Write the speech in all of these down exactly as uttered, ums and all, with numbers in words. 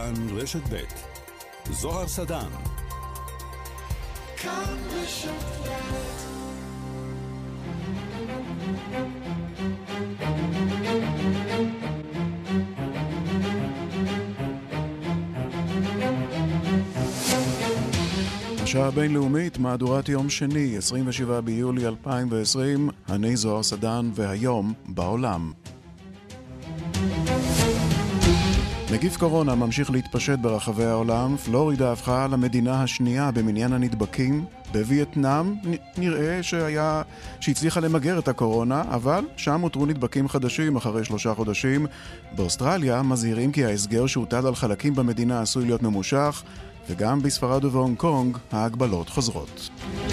כאן רשת ב' זוהר סדן. כאן רשת ב'. השעה הבינלאומית, מהדורת יום שני, עשרים ושבעה ביולי אלפיים ועשרים, אני זוהר סדן והיום בעולם. נגיף קורונה ממשיך להתפשט ברחבי העולם. פלורידה הפכה למדינה השנייה במניין הנדבקים. בווייטנאם נראה שהיה, שהצליחה למגר את הקורונה, אבל שם הותרו נדבקים חדשים אחרי שלושה חודשים. באוסטרליה מזהירים כי ההסגר שהוטל על חלקים במדינה עשוי להיות ממושך, וגם בספרד ובהונג קונג ההגבלות חוזרות.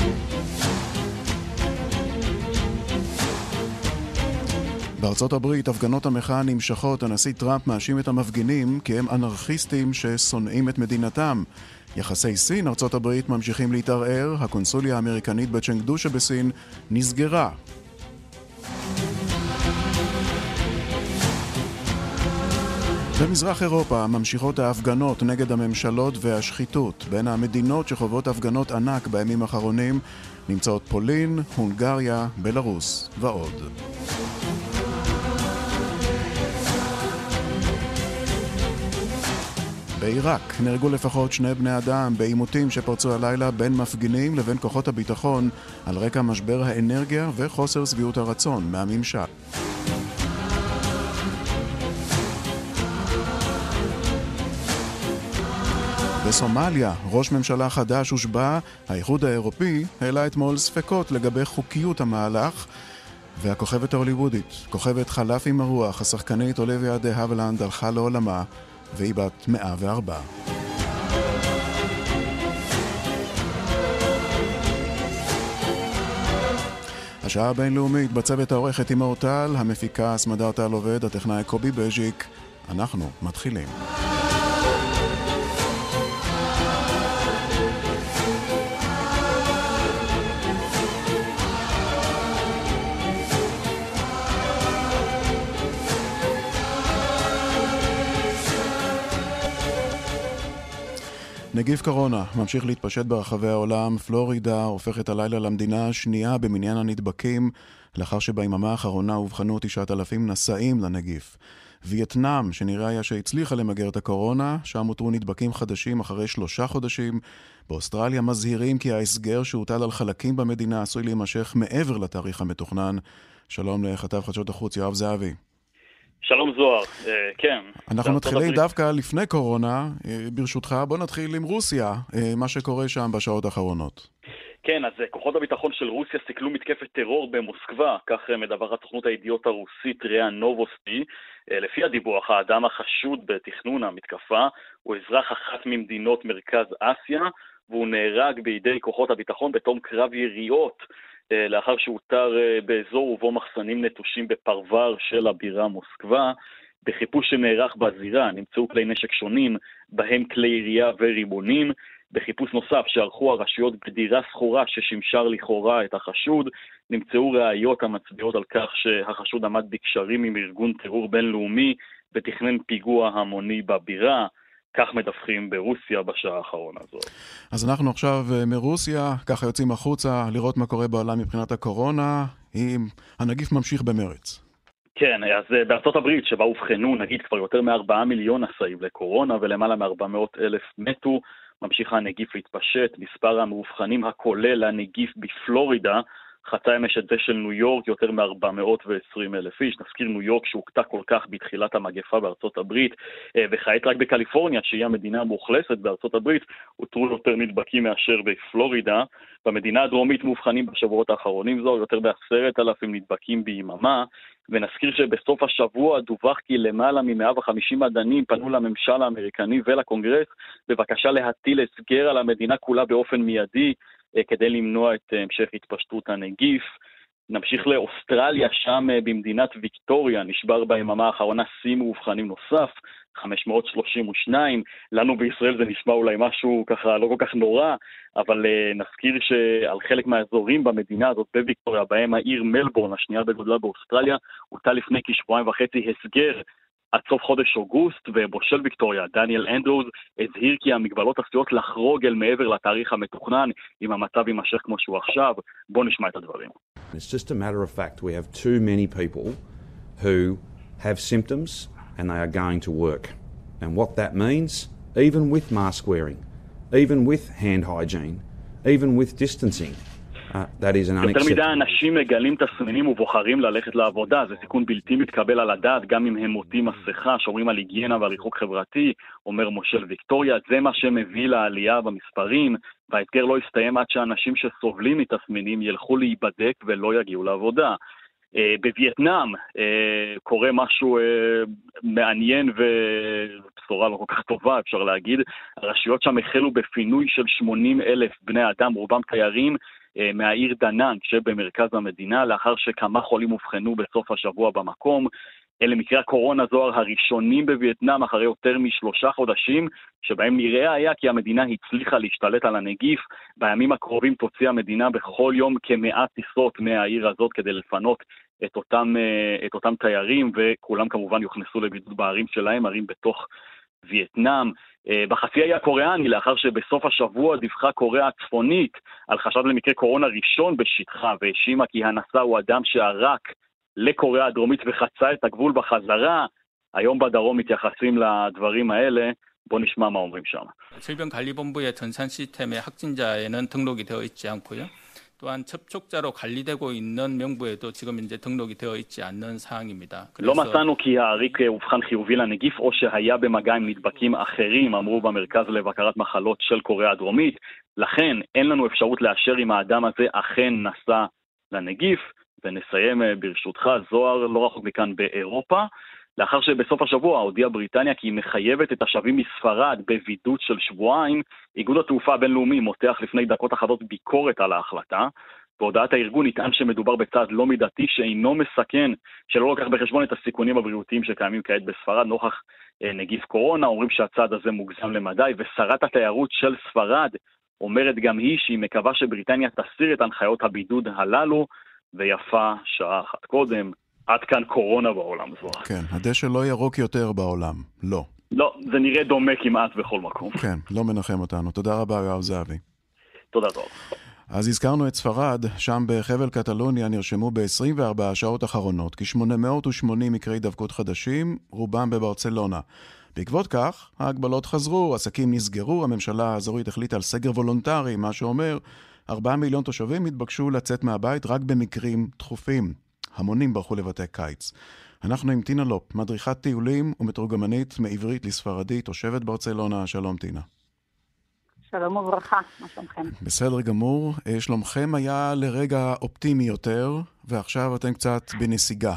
בארצות הברית הפגנות המחאה נמשכות. הנשיא טראמפ מאשים את המפגינים כי הם אנרכיסטים ששונאים את מדינתם. יחסי סין ארצות הברית ממשיכים להתערער. הקונסוליה האמריקנית בצ'נגדו שבסין נסגרה. במזרח אירופה ממשיכות ההפגנות נגד הממשלות והשחיתות. בין המדינות שחוות הפגנות ענק בימים האחרונים נמצאות פולין, הונגריה, בלרוס ועוד. בעיראק נהרגו לפחות שני בני אדם בעימותים שפרצו הלילה בין מפגינים לבין כוחות הביטחון על רקע משבר האנרגיה וחוסר שביעות הרצון מהממשל. בסומליה ראש ממשלה חדש הושבע. האיחוד האירופי העלה אתמול ספקות לגבי חוקיות המהלך, והכוכבת ההוליוודית, כוכבת חלף עם הרוח, השחקנית אוליביה דה האבלנד, הלכה לעולמה והיא בת מאה וארבע. השעה הבינלאומית בצוות העורכת עם אורטל, המפיקה סמדר טל עובד, הטכנאי קובי בז'יק. אנחנו מתחילים. נגיף קורונה ממשיך להתפשט ברחבי העולם. פלורידה הופכת הלילה למדינה השנייה במניין הנדבקים, לאחר שביממה האחרונה הובחנו תשעת אלפים נשאים לנגיף. וייטנאם, שנראה היה שהצליחה למגר את הקורונה, שם הותרו נדבקים חדשים אחרי שלושה חודשים. באוסטרליה מזהירים כי ההסגר שהוטל על חלקים במדינה עשוי להימשך מעבר לתאריך המתוכנן. שלום לכתב חדשות החוץ יואב זהבי. שלום זוהר, כן. אנחנו מתחילים דווקא לפני קורונה, ברשותך, בוא נתחיל עם רוסיה, מה שקורה שם בשעות האחרונות. כן, אז כוחות הביטחון של רוסיה סיכלו מתקפת טרור במוסקבה, כך מדווחת סוכנות הידיעות הרוסית ריאה נובוסטי. לפי הדיווח, האדם החשוד בתכנון המתקפה הוא אזרח אחת ממדינות מרכז אסיה, והוא נהרג בידי כוחות הביטחון בתום קרב יריות, לאחר שהותר באזור ובו מחסנים נטושים בפרוור של הבירה מוסקבה. בחיפוש שנערך בזירה נמצאו כלי נשק שונים, בהם כלי ירייה ורימונים. בחיפוש נוסף שערכו הרשויות בדירה סחורה ששימשה לכאורה את החשוד, נמצאו ראיות המצביעות על כך שהחשוד עמד בקשרים עם ארגון טרור בינלאומי ותכנן פיגוע המוני בבירה. כך מדווחים ברוסיה בשעה האחרונה הזאת. אז אנחנו עכשיו מרוסיה, ככה יוצאים החוצה לראות מה קורה בעולם מבחינת הקורונה. הנגיף ממשיך במרץ. כן, אז בארצות הברית שבה הובחנו נגיד כבר יותר מארבעה מיליון נשאים לקורונה ולמעלה מארבע מאות אלף מתו, ממשיך הנגיף להתפשט. מספר המאובחנים הכולל לנגיף בפלורידה חצה אמש את זה של ניו יורק, יותר מ-ארבע מאות ועשרים אלף איש. נזכיר ניו יורק שהוקטה כל כך בתחילת המגפה בארצות הברית, וכעת רק בקליפורניה, שהיא המדינה המאוכלסת בארצות הברית, הותרו יותר נדבקים מאשר בפלורידה. במדינה הדרומית מאובחנים בשבועות האחרונים זו יותר בעשרת אלפים נדבקים ביממה, ונזכיר שבסוף השבוע דווח כי למעלה מ-מאה וחמישים מדענים פנו לממשל האמריקני ולקונגרס בבקשה להטיל הסגר על המדינה כולה באופן מיידי, כדי למנוע את המשך התפשטות הנגיף. נמשיך לאוסטרליה, שם במדינת ויקטוריה נשבר ביממה האחרונה שיא מאובחנים נוסף, חמש מאות שלושים ושתיים. לנו בישראל זה נשמע אולי משהו ככה לא כל כך נורא, אבל נזכיר שעל חלק מהאזורים במדינה הזאת בוויקטוריה, בהם העיר מלבורן, השנייה בגודלה באוסטרליה, הוטל לפני כשבועיים וחצי הסגר עד סוף חודש אוגוסט, ובושל ויקטוריה, דניאל אנדרוס, הזהיר כי המגבלות עשויות לחרוג אל מעבר לתאריך המתוכנן, אם המצב יימשך כמו שהוא עכשיו. בואו נשמע את הדברים. It's just a matter of fact we have too many people who have symptoms and they are going to work. And what that means, even with mask wearing, even with hand hygiene, even with distancing, uh, that is an unacceptable. יותר מדי אנשים מגלים תסמינים ובוחרים ללכת לעבודה. זה סיכון בלתי מתקבל על הדעת, גם אם הם עוטים מסכה, שומרים על היגיינה והריחוק חברתי, אומר מושל ויקטוריה. זה מה שמביא לעלייה במספרים, והאתגר לא יסתיים עד שאנשים שסובלים מתסמינים ילכו להיבדק ולא יגיעו לעבודה. Uh, בווייטנאם uh, קורה משהו uh, מעניין ובשורה לא כל כך טובה, אפשר להגיד. הרשויות שם החלו בפינוי של שמונים אלף בני אדם, רובם תיירים, uh, מהעיר דנאנג שבמרכז המדינה, לאחר שכמה חולים הובחנו בסוף השבוע במקום. אלה מקרי הקורונה זוהר הראשונים בווייטנאם אחרי יותר משלושה חודשים, שבהם נראה היה כי המדינה הצליחה להשתלט על הנגיף. בימים הקרובים תוציא המדינה בכל יום כמאה טיסות מהעיר הזאת כדי לפנות את אותם, את אותם תיירים, וכולם כמובן יוכנסו לבידוד בערים שלהם, ערים בתוך וייטנאם. בחצי האי הקוריאני, לאחר שבסוף השבוע דיווחה קוריאה הצפונית על חשד למקרה קורונה ראשון בשטחה, והאשימה כי הנשא הוא אדם שערק לקוריאה הדרומית וחצה את הגבול בחזרה. היום בדרום מתייחסים לדברים האלה. בוא נשמע מה אומרים שם. 질병관리본부의 전산 시스템에 확진자에는 등록이 되어 있지 않고요. 또한 접촉자로 관리되고 있는 명부에도 지금 이제 등록이 되어 있지 않는 사항입니다. לא מצאנו כי העריק הובחן חיובי לנגיף או שהיה במגע עם נדבקים אחרים, אמרו במרכז לבקרת מחלות של קוריאה הדרומית. לכן אין לנו אפשרות לאשר אם האדם הזה אכן נשא לנגיף. ונסיים ברשותך, זוהר, לא רחוק מכאן באירופה, לאחר שבסוף השבוע הודיעה בריטניה כי היא מחייבת את השבים מספרד בבידוד של שבועיים. איגוד התעופה הבינלאומי מותח לפני דקות אחדות ביקורת על ההחלטה. בהודעת הארגון נטען שמדובר בצעד לא מידתי שאינו מסכן, שלא לוקח בחשבון את הסיכונים הבריאותיים שקיימים כעת בספרד נוכח נגיף קורונה. אומרים שהצעד הזה מוגזם למדי, ושרת התיירות של ספרד אומרת גם היא שהיא מקווה שבריטניה תסיר את הנחיות הבידוד הללו, ויפה שעה אחת קודם. עד כאן קורונה בעולם, זוהר. כן, הדשא לא ירוק יותר בעולם, לא. לא, זה נראה דומה כמעט בכל מקום. כן, לא מנחם אותנו. תודה רבה, יואב זהבי. תודה טוב. אז הזכרנו את ספרד, שם בחבל קטלוניה נרשמו ב-עשרים וארבע השעות האחרונות כ-שמונה מאות ושמונים מקרי דבקות חדשים, רובם בברצלונה. בעקבות כך, ההגבלות חזרו, עסקים נסגרו, הממשלה האזורית החליטה על סגר וולונטרי, מה שאומר ארבעה מיליון תושבים התבקשו לצאת מהבית רק במקרים דחופים. המונים ברחו לבתי קיץ. אנחנו עם טינה לופ, מדריכת טיולים ומתורגמנית מעברית לספרדית, תושבת ברצלונה. שלום טינה. שלום וברכה, מה שלומכם? בסדר גמור. שלומכם היה לרגע אופטימי יותר, ועכשיו אתם קצת בנסיגה.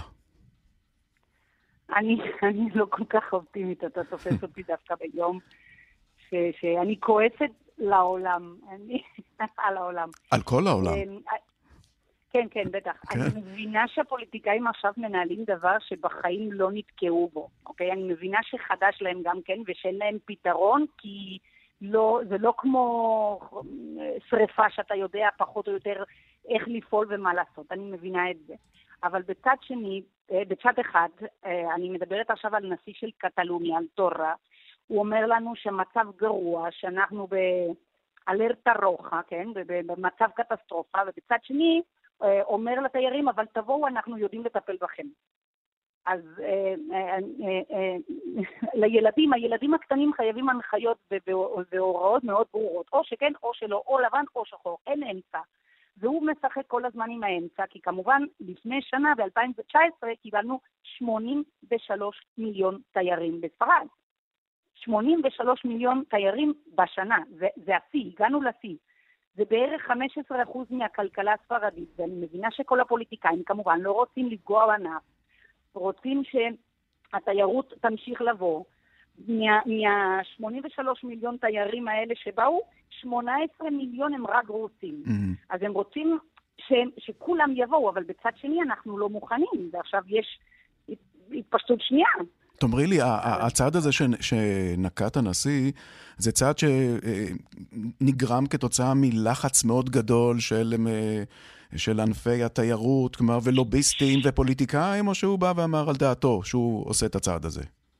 אני, אני לא כל כך אופטימית, אתה תופס אותי דווקא ביום ש, שאני כועסת לעולם, אני על העולם. על כל העולם? כן, כן, בטח. כן. אני מבינה שהפוליטיקאים עכשיו מנהלים דבר שבחיים לא נתקעו בו, אוקיי? אני מבינה שחדש להם גם כן, ושאין להם פתרון, כי לא, זה לא כמו שריפה שאתה יודע פחות או יותר איך לפעול ומה לעשות. אני מבינה את זה. אבל בצד שני, בצד אחד, אני מדברת עכשיו על נשיא של קטלוניה, על טורה, הוא אומר לנו שמצב גרוע, שאנחנו באלרטה רוחה, כן? במצב קטסטרופה, ובצד שני, אומר לתיירים, אבל תבואו, אנחנו יודעים לטפל בכם. אז אה, אה, אה, אה, לילדים, הילדים הקטנים חייבים הנחיות והוראות מאוד ברורות, או שכן או שלא, או לבן או שחור, אין אמצע. והוא משחק כל הזמן עם האמצע, כי כמובן לפני שנה, ב-אלפיים תשע עשרה, קיבלנו שמונים ושלושה מיליון תיירים בספרד. שמונים ושלושה מיליון תיירים בשנה, זה, זה השיא, הגענו לשיא. זה בערך חמישה עשר אחוז מהכלכלה הספרדית, ואני מבינה שכל הפוליטיקאים כמובן לא רוצים לפגוע בענף, רוצים שהתיירות תמשיך לבוא. מה-שמונים ושלושה מיליון תיירים האלה שבאו, שמונה עשרה מיליון הם רק רוסים. Mm-hmm. אז הם רוצים ש, שכולם יבואו, אבל בצד שני אנחנו לא מוכנים, ועכשיו יש התפשטות שנייה. תאמרי לי, הצעד הזה שנקט הנשיא, זה צעד שנגרם כתוצאה מלחץ מאוד גדול של, של ענפי התיירות, כלומר, ולוביסטים ופוליטיקאים, או שהוא בא ואמר על דעתו שהוא עושה את הצעד הזה?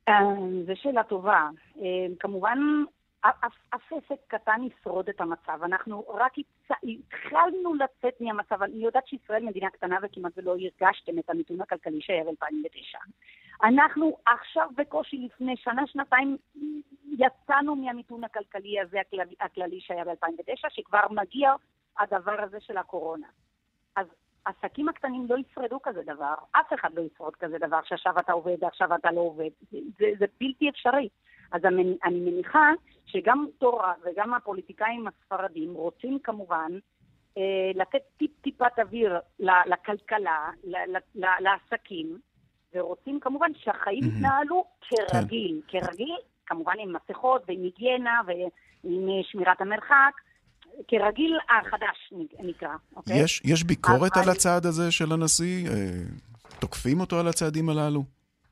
זו שאלה טובה. כמובן, אף עסק קטן ישרוד את המצב. אנחנו רק התחלנו לצאת מהמצב. אני יודעת שישראל מדינה קטנה וכמעט ולא הרגשתם את הנתון הכלכלי שהיה ב-אלפיים ותשע. אנחנו עכשיו בקושי לפני שנה, שנתיים, יצאנו מהנתון הכלכלי הזה הכללי, הכללי שהיה ב-אלפיים ותשע, שכבר מגיע הדבר הזה של הקורונה. אז עסקים הקטנים לא ישרדו כזה דבר. אף אחד לא ישרוד כזה דבר, שעכשיו אתה עובד, עכשיו אתה לא עובד. זה, זה בלתי אפשרי. אז אני, אני מניחה שגם תורה וגם הפוליטיקאים הספרדים רוצים כמובן אה, לתת טיפ-טיפת אוויר לכלכלה, ל, ל, ל, לעסקים, ורוצים כמובן שהחיים יתנהלו כרגיל. כרגיל, כמובן עם מסכות ועם היגיינה ועם שמירת המרחק, כרגיל החדש נקרא. אוקיי? יש, יש ביקורת על הצעד הזה של הנשיא? תוקפים אותו על הצעדים הללו?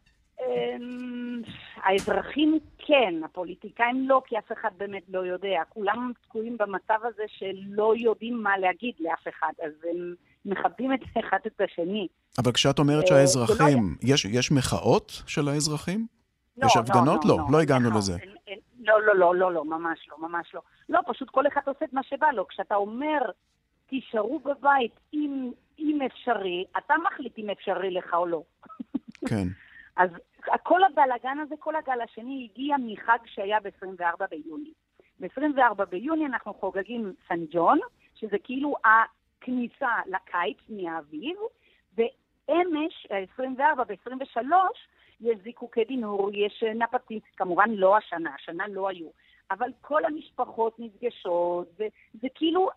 האזרחים כן, הפוליטיקאים לא, כי אף אחד באמת לא יודע. כולם תקועים במצב הזה שלא יודעים מה להגיד לאף אחד, אז הם מכבדים את אחד את השני. אבל כשאת אומרת שהאזרחים, יש, יש מחאות של האזרחים? לא, יש הפגנות? לא, לא, לא הגענו לזה. לא, לא, לא, לא, לא, ממש לא, ממש לא. לא, פשוט כל אחד עושה את מה שבא לו. כשאתה אומר, תישארו בבית אם, אם אפשרי, אתה מחליט אם אפשרי לך או לא. כן. אז כל הבלגן הזה, כל הגל השני, הגיע מחג שהיה ב-עשרים וארבעה ביוני. ב-עשרים וארבעה ביוני אנחנו חוגגים סן ג'ון, שזה כאילו הכניסה לקיץ מהאביב, ואמש, עשרים וארבע ב-עשרים ושלוש, יש זיקוקי דינור, יש נפצים, כמובן לא השנה, השנה לא היו, אבל כל המשפחות נפגשות, זה כאילו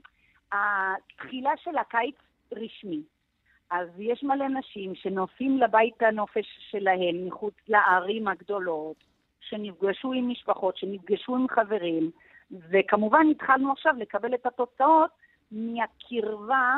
התחילה של הקיץ רשמי. אז יש מלא נשים שנופים לבית הנופש שלהם מחוץ לערים הגדולות, שנפגשו עם משפחות, שנפגשו עם חברים, וכמובן התחלנו עכשיו לקבל את התוצאות מהקרבה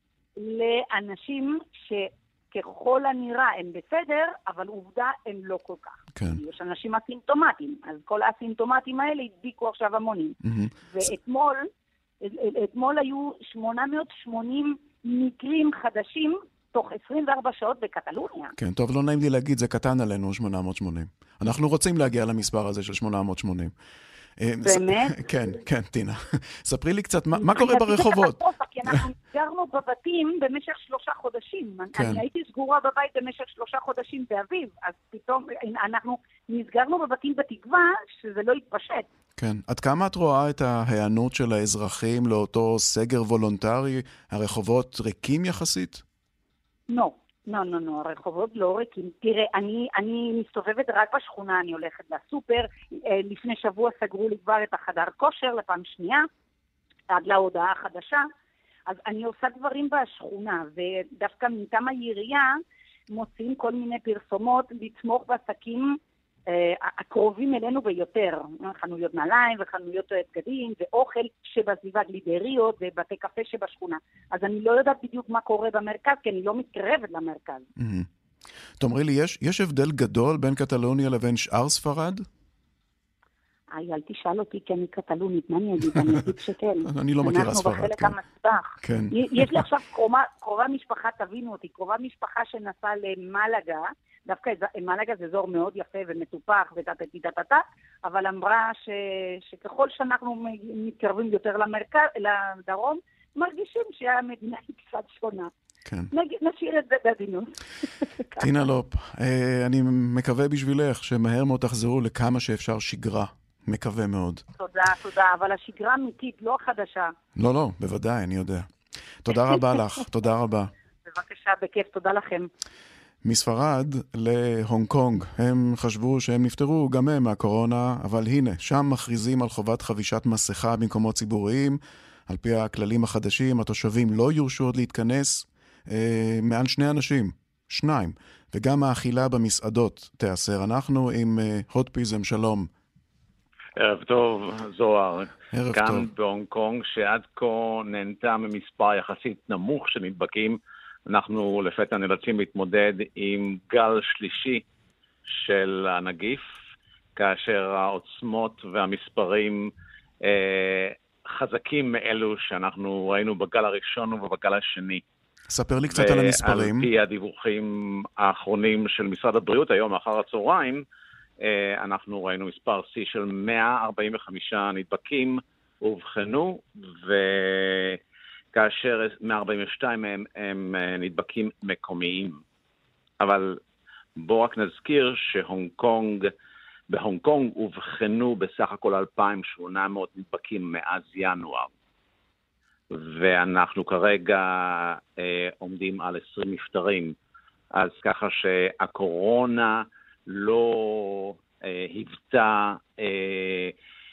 לאנשים שככל הנראה הם בסדר, אבל עובדה הם לא כל כך. כן. יש אנשים אסימפטומטיים, אז כל האסימפטומטיים האלה הדביקו עכשיו המונים. Mm-hmm. ואתמול, אתמול היו שמונה מאות ושמונים מקרים חדשים תוך עשרים וארבע שעות בקטלוניה. כן, טוב, לא נעים לי להגיד, זה קטן עלינו, שמונה מאות ושמונים. אנחנו רוצים להגיע למספר הזה של שמונה מאות ושמונים. באמת? כן, כן, טינה. ספרי לי קצת, מה קורה ברחובות? כי אנחנו נסגרנו בבתים במשך שלושה חודשים. אני הייתי סגורה בבית במשך שלושה חודשים באביב, אז פתאום אנחנו נסגרנו בבתים בתקווה שזה לא יתפשט. כן. עד כמה את רואה את ההיענות של האזרחים לאותו סגר וולונטרי? הרחובות ריקים יחסית? לא, לא, לא, לא, הרחובות לא ריקים. תראה, אני, אני מסתובבת רק בשכונה, אני הולכת לסופר, לפני שבוע סגרו לי כבר את החדר כושר לפעם שנייה, עד להודעה החדשה, אז אני עושה דברים בשכונה, ודווקא מטעם העירייה מוצאים כל מיני פרסומות לתמוך בעסקים הקרובים אלינו ביותר, חנויות נעליים וחנויות בגדים ואוכל שבסביבה, גלידריות ובתי קפה שבשכונה. אז אני לא יודעת בדיוק מה קורה במרכז, כי אני לא מתקרבת למרכז. תאמרי לי, יש, יש הבדל גדול בין קטלוניה לבין שאר ספרד? איי, אל תשאל אותי, כי אני קטלונית, מה אני אגיד? אני אגיד שכן. אני לא מכירה ספרד. אנחנו בחלק המצבח. כן. יש לי עכשיו קרובה, קרובה משפחה, תבינו אותי, קרובה משפחה שנסעה למלגה, דווקא מלגה זה אזור מאוד יפה ומטופח ותתתתתת, אבל אמרה ש, שככל שאנחנו מתקרבים יותר למרכז, לדרום, מרגישים שהמדינה היא קצת שונה. כן. נשאיר את זה בעדינות. טינה לופ, אני מקווה בשבילך שמהר מאוד תחזרו לכמה שאפשר שגרה. מקווה מאוד. תודה, תודה, אבל השגרה אמיתית, לא החדשה. לא, לא, בוודאי, אני יודע. תודה רבה לך, תודה רבה. בבקשה, בכיף, תודה לכם. מספרד להונג קונג, הם חשבו שהם נפטרו גם הם מהקורונה, אבל הנה, שם מכריזים על חובת חבישת מסכה במקומות ציבוריים. על פי הכללים החדשים, התושבים לא יורשו עוד להתכנס אה, מעל שני אנשים, שניים, וגם האכילה במסעדות תיאסר. אנחנו עם אה, הוטפיזם, שלום. ערב טוב, זוהר. ערב כאן טוב. בהונג קונג, שעד כה נהנתה ממספר יחסית נמוך של נדבקים, אנחנו לפתע נאלצים להתמודד עם גל שלישי של הנגיף, כאשר העוצמות והמספרים אה, חזקים מאלו שאנחנו ראינו בגל הראשון ובגל השני. ספר לי קצת על המספרים. ועל פי הדיווחים האחרונים של משרד הבריאות היום אחר הצהריים, אנחנו ראינו מספר C של מאה ארבעים וחמישה נדבקים הובחנו, וכאשר מאה ארבעים ושתיים הם, הם נדבקים מקומיים. אבל בואו רק נזכיר שהונג קונג, בהונג קונג הובחנו בסך הכל אלפיים ושמונה מאות נדבקים מאז ינואר. ואנחנו כרגע אה, עומדים על עשרים נפטרים. אז ככה שהקורונה לא אה, היוותה, אה,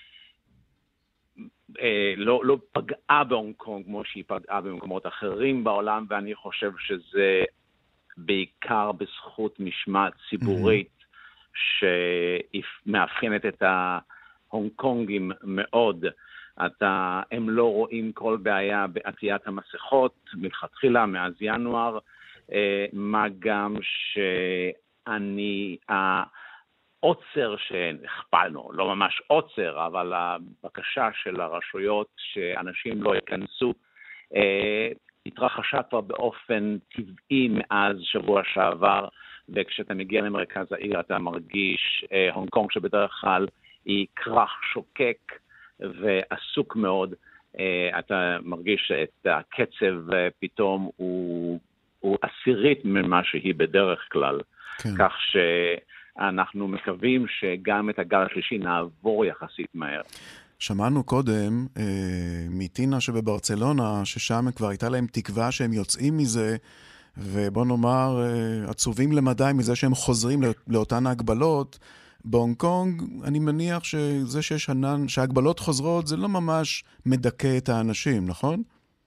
אה, לא, לא פגעה בהונג קונג כמו שהיא פגעה במקומות אחרים בעולם, ואני חושב שזה בעיקר בזכות משמעת ציבורית mm-hmm. שמאפיינת את ההונג קונגים מאוד. אתה, הם לא רואים כל בעיה בעטיית המסכות מלכתחילה מאז ינואר, מה גם שאני, העוצר שהכפלנו, לא ממש עוצר, אבל הבקשה של הרשויות שאנשים לא ייכנסו, התרחשה כבר באופן טבעי מאז שבוע שעבר, וכשאתה מגיע למרכז העיר אתה מרגיש הונג קונג שבדרך כלל היא כרך שוקק ועסוק מאוד, אתה מרגיש את הקצב פתאום הוא, הוא עשירית ממה שהיא בדרך כלל, כן. כך שאנחנו מקווים שגם את הגל השלישי נעבור יחסית מהר. שמענו קודם אה, מטינה שבברצלונה, ששם כבר הייתה להם תקווה שהם יוצאים מזה, ובוא נאמר אה, עצובים למדי מזה שהם חוזרים לאותן ההגבלות. בהונג קונג אני מניח שזה שיש ענן, שההגבלות חוזרות, זה לא ממש מדכא את האנשים, נכון?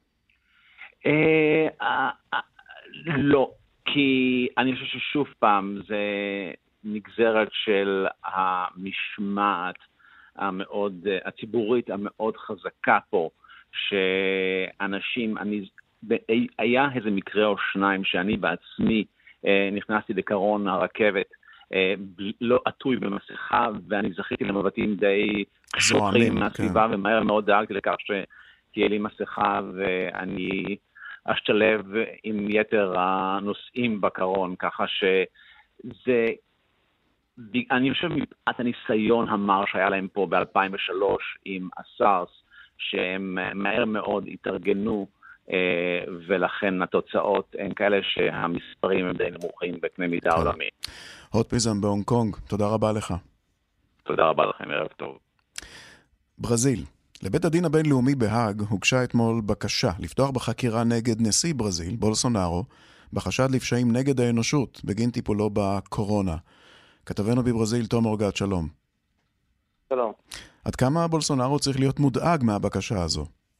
אה, אה, אה, לא, כי אני חושב ששוב פעם זה נגזרת של המשמעת, המאוד, הציבורית המאוד חזקה פה, שאנשים, אני, היה איזה מקרה או שניים שאני בעצמי נכנסתי לקרון הרכבת, לא עטוי במסכה, ואני זכיתי למבטים די קשוחים מהסביבה, כן. ומהר מאוד דאגתי לכך שתהיה לי מסכה, ואני אשתלב עם יתר הנושאים בקרון, ככה שזה, אני חושב מפאת הניסיון המר שהיה להם פה ב-אלפיים ושלוש עם הסארס, שהם מהר מאוד התארגנו, ולכן התוצאות הן כאלה שהמספרים הם די נמוכים בקנה מידה עולמי. הוד פיזם בהונג קונג, תודה רבה לך. תודה רבה לכם, ערב טוב. ברזיל. לבית הדין הבינלאומי בהאג הוגשה אתמול בקשה לפתוח בחקירה נגד נשיא ברזיל, בולסונארו, בחשד לפשעים נגד האנושות בגין טיפולו בקורונה. כתבנו בברזיל, תום אורגת, שלום. שלום. עד כמה בולסונארו צריך להיות מודאג מהבקשה הזו?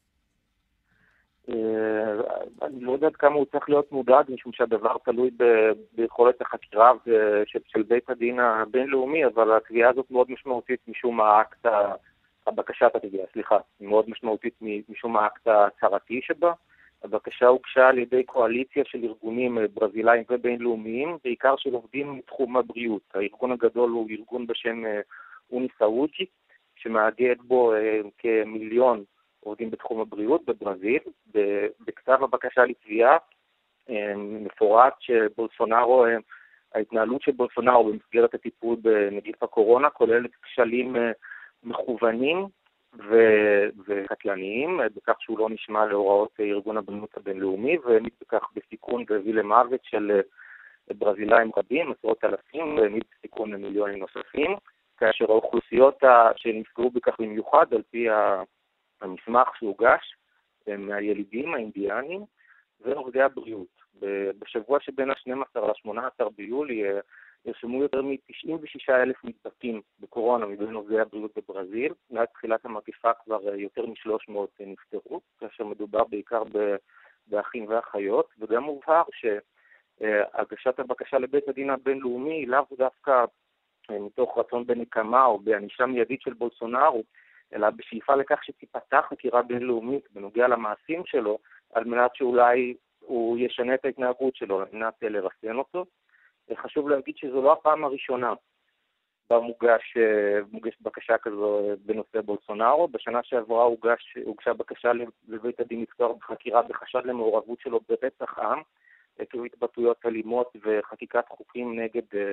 אני לא יודע עד כמה הוא צריך להיות מודאג, משום שהדבר תלוי ביכולת החקירה של בית הדין הבינלאומי, אבל התביעה הזאת מאוד משמעותית משום האקט, הבקשת התביעה, סליחה, מאוד משמעותית משום האקט הצהרתי שבה. הבקשה הוגשה על ידי קואליציה של ארגונים ברזילאים ובינלאומיים, בעיקר של עובדים מתחום הבריאות. הארגון הגדול הוא ארגון בשם אוניסאוג'י, שמאגד בו כמיליון עובדים בתחום הבריאות בברזיל. בכתב הבקשה לתביעה מפורט שבולסונארו, ההתנהלות של בולסונארו במסגרת הטיפול בנגיף הקורונה כוללת כשלים מכוונים וקטלניים, בכך שהוא לא נשמע להוראות ארגון הבריאות הבינלאומי, והעמיד בכך בסיכון והביא למוות של ברזילאים רבים, עשרות אלפים, והעמיד בסיכון למיליונים נוספים, כאשר האוכלוסיות שנפגעו בכך במיוחד על פי המסמך שהוגש הם הילידים האינדיאנים ועובדי הבריאות. בשבוע שבין ה-שנים עשר ל-שמונה עשר ביולי נרשמו יותר מ-תשעים ושישה אלף נדבקים בקורונה מבין עובדי הבריאות בברזיל. מאז תחילת המגפה כבר יותר מ-שלוש מאות נפטרו, כאשר מדובר בעיקר באחים ואחיות, וגם מובהר שהגשת הבקשה לבית הדין הבינלאומי היא לאו דווקא מתוך רצון בנקמה או בענישה מיידית של בולסונארו, אלא בשאיפה לכך שתיפתח חקירה בינלאומית בנוגע למעשים שלו, על מנת שאולי הוא ישנה את ההתנהגות שלו, על מנת לרסן אותו. חשוב להגיד שזו לא הפעם הראשונה בה מוגש, מוגש בקשה כזו בנושא בולסונארו. בשנה שעברה הוגש, הוגשה בקשה לבית הדין לפתוח בחקירה בחשד למעורבות שלו ברצח עם, עקב התבטאויות אלימות וחקיקת חוקים נגד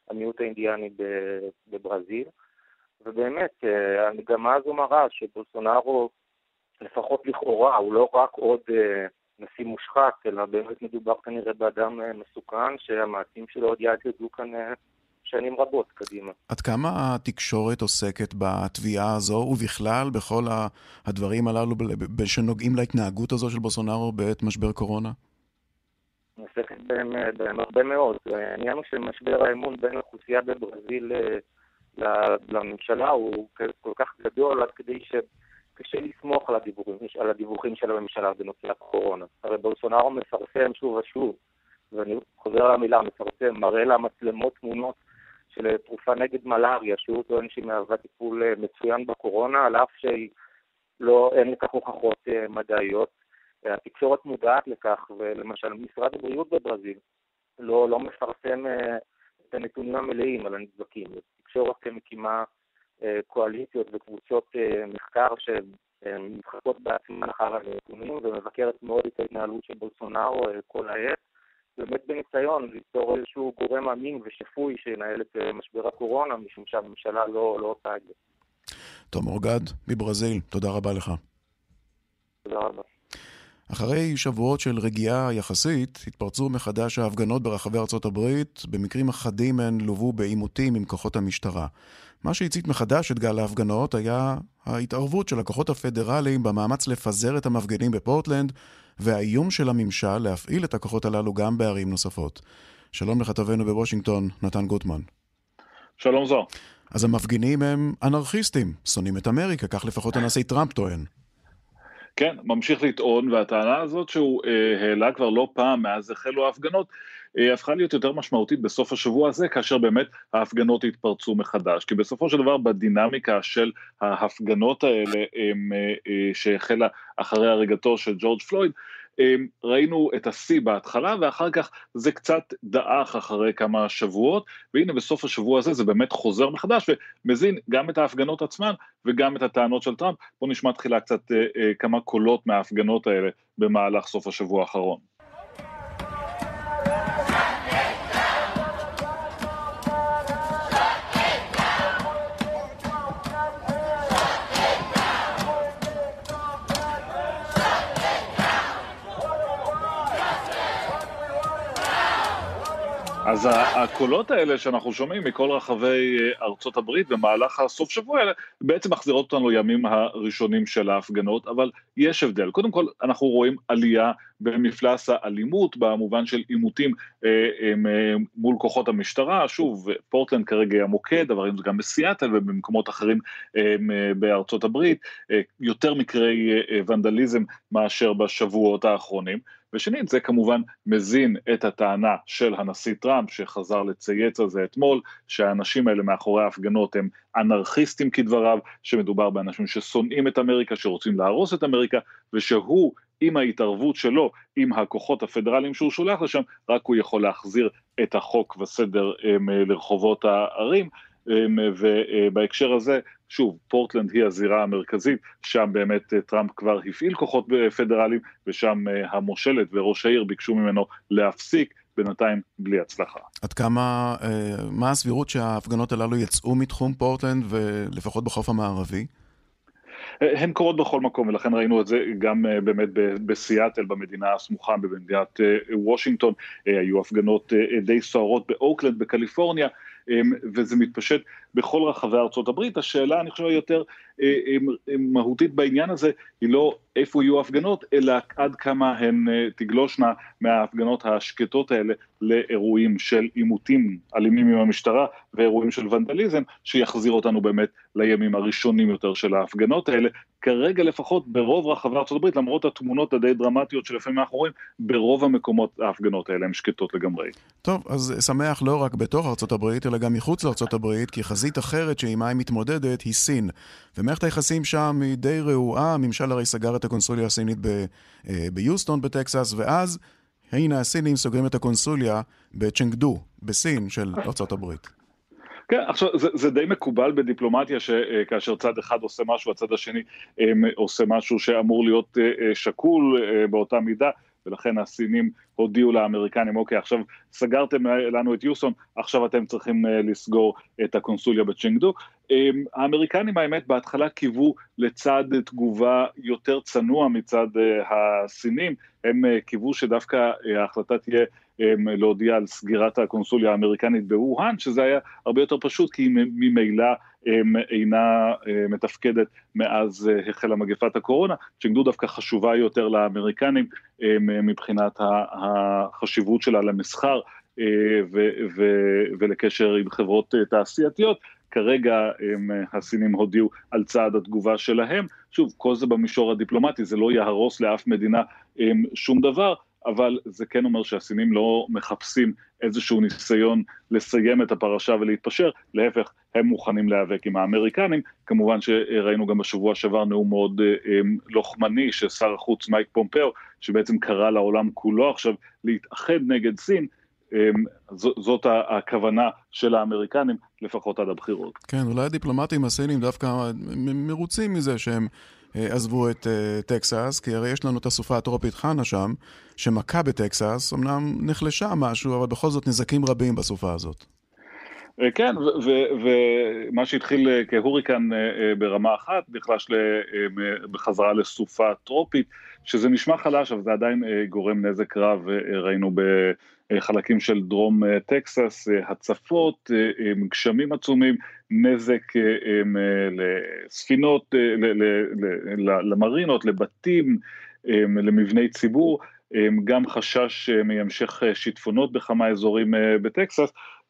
המיעוט האינדיאני בברזיל. ובאמת, המגמה הזו מראה שבולסונארו, לפחות לכאורה, הוא לא רק עוד נשיא מושחת, אלא באמת מדובר כנראה באדם מסוכן, שהמעשים שלו עוד יעדדו כאן שנים רבות קדימה. עד כמה התקשורת עוסקת בתביעה הזו, ובכלל בכל הדברים הללו שנוגעים להתנהגות הזו של בולסונארו בעת משבר קורונה? עוסקת בהם, בהם הרבה מאוד. העניין הוא שמשבר האמון בין האוכלוסייה בברזיל לממשלה הוא כל כך גדול, עד כדי שקשה לסמוך על הדיווחים, על הדיווחים של הממשלה בנושא הקורונה. הרי בולסונארו מפרסם שוב ושוב, ואני חוזר על המילה, מפרסם, מראה למצלמות תמונות של תרופה נגד מלאריה, שהוא טוען שהיא מהווה טיפול מצוין בקורונה, על אף שאין לכך הוכחות מדעיות. התקשורת מודעת לכך, ולמשל משרד הבריאות בברזיל לא, לא מפרסם את הנתונים המלאים על הנדבקים. התקשורת מקימה קואליציות וקבוצות מחקר שמתחקות בעצמן אחר הנתונים, ומבקרת מאוד את ההתנהלות של בולסונארו כל העת, באמת בניסיון ליצור איזשהו גורם אמין ושפוי שינהל את משבר הקורונה, משום שהממשלה לא, לא עושה את זה. תום אורגד מברזיל, תודה רבה לך. תודה רבה. אחרי שבועות של רגיעה יחסית, התפרצו מחדש ההפגנות ברחבי ארצות הברית, במקרים אחדים הן לובו בעימותים עם כוחות המשטרה. מה שהצית מחדש את גל ההפגנות היה ההתערבות של הכוחות הפדרליים במאמץ לפזר את המפגינים בפורטלנד, והאיום של הממשל להפעיל את הכוחות הללו גם בערים נוספות. שלום לכתבנו בוושינגטון, נתן גוטמן. שלום זו. אז המפגינים הם אנרכיסטים, שונאים את אמריקה, כך לפחות הנשיא טראמפ טוען. כן, ממשיך לטעון, והטענה הזאת שהוא אה, העלה כבר לא פעם מאז החלו ההפגנות, אה, הפכה להיות יותר משמעותית בסוף השבוע הזה, כאשר באמת ההפגנות התפרצו מחדש. כי בסופו של דבר בדינמיקה של ההפגנות האלה, אה, אה, שהחלה אחרי הרגתו של ג'ורג' פלויד, ראינו את השיא בהתחלה, ואחר כך זה קצת דאח אחרי כמה שבועות, והנה בסוף השבוע הזה זה באמת חוזר מחדש, ומזין גם את ההפגנות עצמן, וגם את הטענות של טראמפ. בואו נשמע תחילה קצת אה, אה, כמה קולות מההפגנות האלה, במהלך סוף השבוע האחרון. אז הקולות האלה שאנחנו שומעים מכל רחבי ארצות הברית במהלך הסוף שבוע האלה, בעצם מחזירות אותנו לימים הראשונים של ההפגנות, אבל יש הבדל. קודם כל, אנחנו רואים עלייה במפלס האלימות, במובן של עימותים אה, אה, מול כוחות המשטרה. שוב, פורטלנד כרגע המוקד, אבל זה גם בסיאטל ובמקומות אחרים אה, בארצות הברית, אה, יותר מקרי אה, ונדליזם מאשר בשבועות האחרונים. ושנית, זה כמובן מזין את הטענה של הנשיא טראמפ, שחזר לצייץ על זה אתמול, שהאנשים האלה מאחורי ההפגנות הם אנרכיסטים כדבריו, שמדובר באנשים ששונאים את אמריקה, שרוצים להרוס את אמריקה, ושהוא, עם ההתערבות שלו, עם הכוחות הפדרליים שהוא שולח לשם, רק הוא יכול להחזיר את החוק וסדר לרחובות הערים, ובהקשר הזה, שוב, פורטלנד היא הזירה המרכזית, שם באמת טראמפ כבר הפעיל כוחות פדרליים, ושם המושלת וראש העיר ביקשו ממנו להפסיק, בינתיים בלי הצלחה. עד כמה, מה הסבירות שההפגנות הללו יצאו מתחום פורטלנד, ולפחות בחוף המערבי? הן קורות בכל מקום, ולכן ראינו את זה גם באמת בסיאטל, במדינה הסמוכה, במדינת וושינגטון, היו הפגנות די סוערות באוקלנד, בקליפורניה, וזה מתפשט בכל רחבי ארצות הברית. השאלה, אני חושב, יותר מהותית בעניין הזה, היא לא איפה יהיו הפגנות, אלא עד כמה הן תגלושנה מההפגנות השקטות האלה לאירועים של עימותים אלימים עם המשטרה, ואירועים של ונדליזם, שיחזיר אותנו באמת לימים הראשונים יותר של ההפגנות האלה. כרגע לפחות ברוב רחבי ארצות הברית, למרות התמונות הדי דרמטיות שלפעמים אנחנו רואים, ברוב המקומות ההפגנות האלה הן שקטות לגמרי. טוב, אז שמח לא רק בתוך ארצות הברית, אלא גם מחוץ לארצות הברית, כי חזית אחרת שעימה היא מתמודדת היא סין. ומערכת היחסים שם היא די רעועה, הממשל הרי סגר את הקונסוליה הסינית ב- ביוסטון בטקסס, ואז הנה הסינים סוגרים את הקונסוליה בצ'נגדו, בסין של ארצות הברית. כן, עכשיו, זה, זה די מקובל בדיפלומטיה, שכאשר צד אחד עושה משהו, הצד השני עושה משהו שאמור להיות שקול באותה מידה, ולכן הסינים הודיעו לאמריקנים, אוקיי, עכשיו סגרתם לנו את יוסון, עכשיו אתם צריכים לסגור את הקונסוליה בצ'נגדו. האמריקנים האמת בהתחלה קיוו לצד תגובה יותר צנוע מצד הסינים, הם קיוו שדווקא ההחלטה תהיה להודיע על סגירת הקונסוליה האמריקנית בווהאן, שזה היה הרבה יותר פשוט, כי ממילא אינה מתפקדת מאז החלה מגפת הקורונה. צ'נגדו דווקא חשובה יותר לאמריקנים מבחינת החשיבות שלה למסחר ולקשר עם חברות תעשייתיות. כרגע הסינים הודיעו על צעד התגובה שלהם. שוב, כל זה במישור הדיפלומטי, זה לא יהרוס לאף מדינה שום דבר, אבל זה כן אומר שהסינים לא מחפשים איזשהו ניסיון לסיים את הפרשה ולהתפשר, להפך, הם מוכנים להיאבק עם האמריקנים. כמובן שראינו גם בשבוע שעבר נאום מאוד לוחמני של שר החוץ מייק פומפאו, שבעצם קרא לעולם כולו עכשיו להתאחד נגד סין. זאת הכוונה של האמריקנים, לפחות עד הבחירות. כן, אולי הדיפלומטים הסינים דווקא מרוצים מזה שהם עזבו את טקסס, כי הרי יש לנו את הסופה הטרופית חנה שם, שמכה בטקסס, אמנם נחלשה משהו, אבל בכל זאת נזקים רבים בסופה הזאת. כן, ומה שהתחיל כהוריקן ברמה אחת, נחלש בחזרה לסופה טרופית, שזה נשמע חלש, אבל זה עדיין גורם נזק רב. ראינו בחלקים של דרום טקסס, הצפות, גשמים עצומים, נזק לספינות, למרינות, לבתים, למבני ציבור, גם חשש מהמשך שיטפונות בכמה אזורים בטקסס,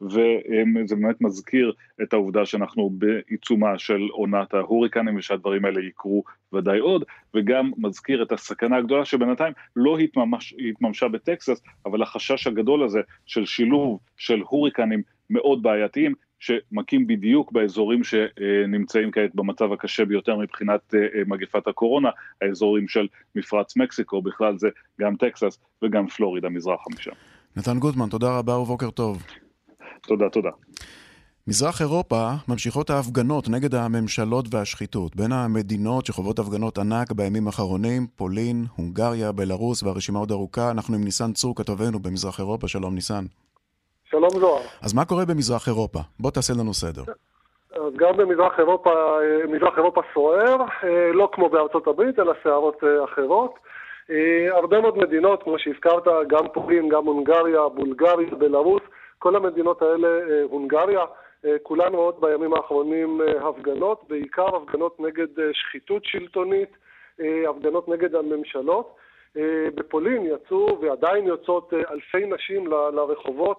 וזה באמת מזכיר את העובדה שאנחנו בעיצומה של עונת ההוריקנים, ושהדברים האלה יקרו ודאי עוד, וגם מזכיר את הסכנה הגדולה שבינתיים לא התממש, התממשה בטקסס, אבל החשש הגדול הזה של שילוב של הוריקנים מאוד בעייתיים, שמקים בדיוק באזורים שנמצאים כעת במצב הקשה ביותר מבחינת מגפת הקורונה, האזורים של מפרץ מקסיקו, בכלל זה גם טקסס וגם פלורידה מזרחה משם. נתן גוטמן, תודה רבה ובוקר טוב. תודה, תודה. מזרח אירופה ממשיכות ההפגנות נגד הממשלות והשחיתות. בין המדינות שחוות הפגנות ענק בימים האחרונים, פולין, הונגריה, בלרוס והרשימה עוד ארוכה. אנחנו עם ניסן צור כתבנו במזרח אירופה. שלום ניסן. שלום זוהר. אז מה קורה במזרח אירופה? בוא תעשה לנו סדר. אז גם במזרח אירופה, מזרח אירופה סוער, לא כמו בארצות הברית, אלא סערות אחרות. הרבה מאוד מדינות, כמו שהזכרת, גם פולין, גם הונגריה, בולגריה, בלרוס, כל המדינות האלה, הונגריה, כולן רואות בימים האחרונים הפגנות, בעיקר הפגנות נגד שחיתות שלטונית, הפגנות נגד הממשלות. בפולין יצאו ועדיין יוצאות אלפי נשים לרחובות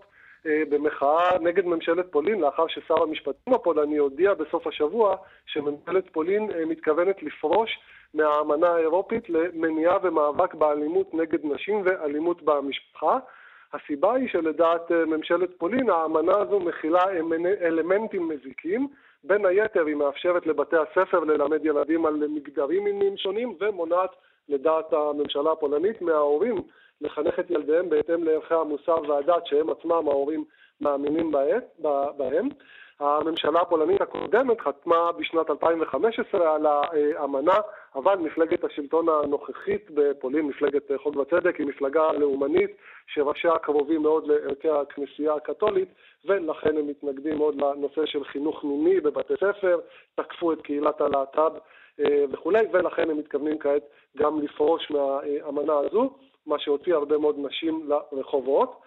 במחאה נגד ממשלת פולין, לאחר ששר המשפטים הפולני הודיע בסוף השבוע שממשלת פולין מתכוונת לפרוש מהאמנה האירופית למניעה ומאבק באלימות נגד נשים ואלימות במשפחה. הסיבה היא שלדעת ממשלת פולין האמנה הזו מכילה אלמנטים מזיקים, בין היתר היא מאפשרת לבתי הספר ללמד ילדים על מגדרים מיניים שונים, ומונעת לדעת הממשלה הפולנית מההורים לחנך את ילדיהם בהתאם לערכי המוסר והדת שהם עצמם ההורים מאמינים בהם. הממשלה הפולנית הקודמת חתמה בשנת אלפיים וחמש עשרה על האמנה, אבל מפלגת השלטון הנוכחית בפולין, מפלגת חוק וצדק, היא מפלגה לאומנית שראשיה קרובים מאוד לערכי הכנסייה הקתולית, ולכן הם מתנגדים מאוד לנושא של חינוך מיני בבתי ספר, תקפו את קהילת הלהט"ב וכו', ולכן הם מתכוונים כעת גם לפרוש מהאמנה הזו, מה שהוציא הרבה מאוד נשים לרחובות.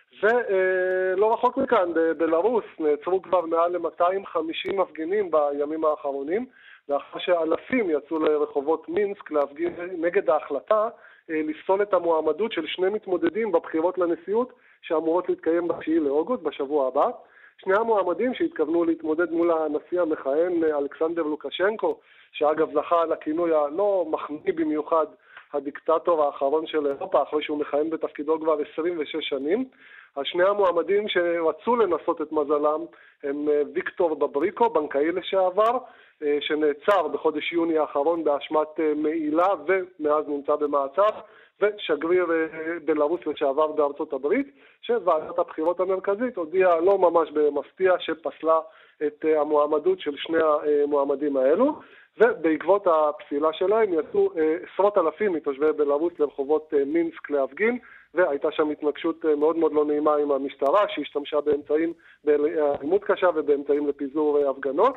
ולא רחוק מכאן, בבלרוס נעצרו כבר מעל ל-מאתיים וחמישים מפגינים בימים האחרונים, לאחר שאלפים יצאו לרחובות מינסק להפגין נגד ההחלטה לפסול את המועמדות של שני מתמודדים בבחירות לנשיאות שאמורות להתקיים ב-תשיעי לאוגוסט בשבוע הבא. שני המועמדים שהתכוונו להתמודד מול הנשיא המכהן אלכסנדר לוקשנקו, שאגב זכה לכינוי הלא מחמיא במיוחד הדיקטטור האחרון של אירופה, אחרי שהוא מכהן בתפקידו כבר עשרים ושש שנים. השני המועמדים שרצו לנסות את מזלם הם ויקטור בבריקו, בנקאי לשעבר, שנעצר בחודש יוני האחרון באשמת מעילה ומאז נמצא במעצר, ושגריר בלרוס לשעבר בארצות הברית, שוועדת הבחירות המרכזית הודיעה לא ממש במפתיע שפסלה את המועמדות של שני המועמדים האלו. ובעקבות הפסילה שלהם יצאו עשרות אלפים מתושבי בלרוס לרחובות מינסק להפגין, והייתה שם התנגשות מאוד מאוד לא נעימה עם המשטרה, שהשתמשה באמצעים, באלימות קשה ובאמצעים לפיזור הפגנות.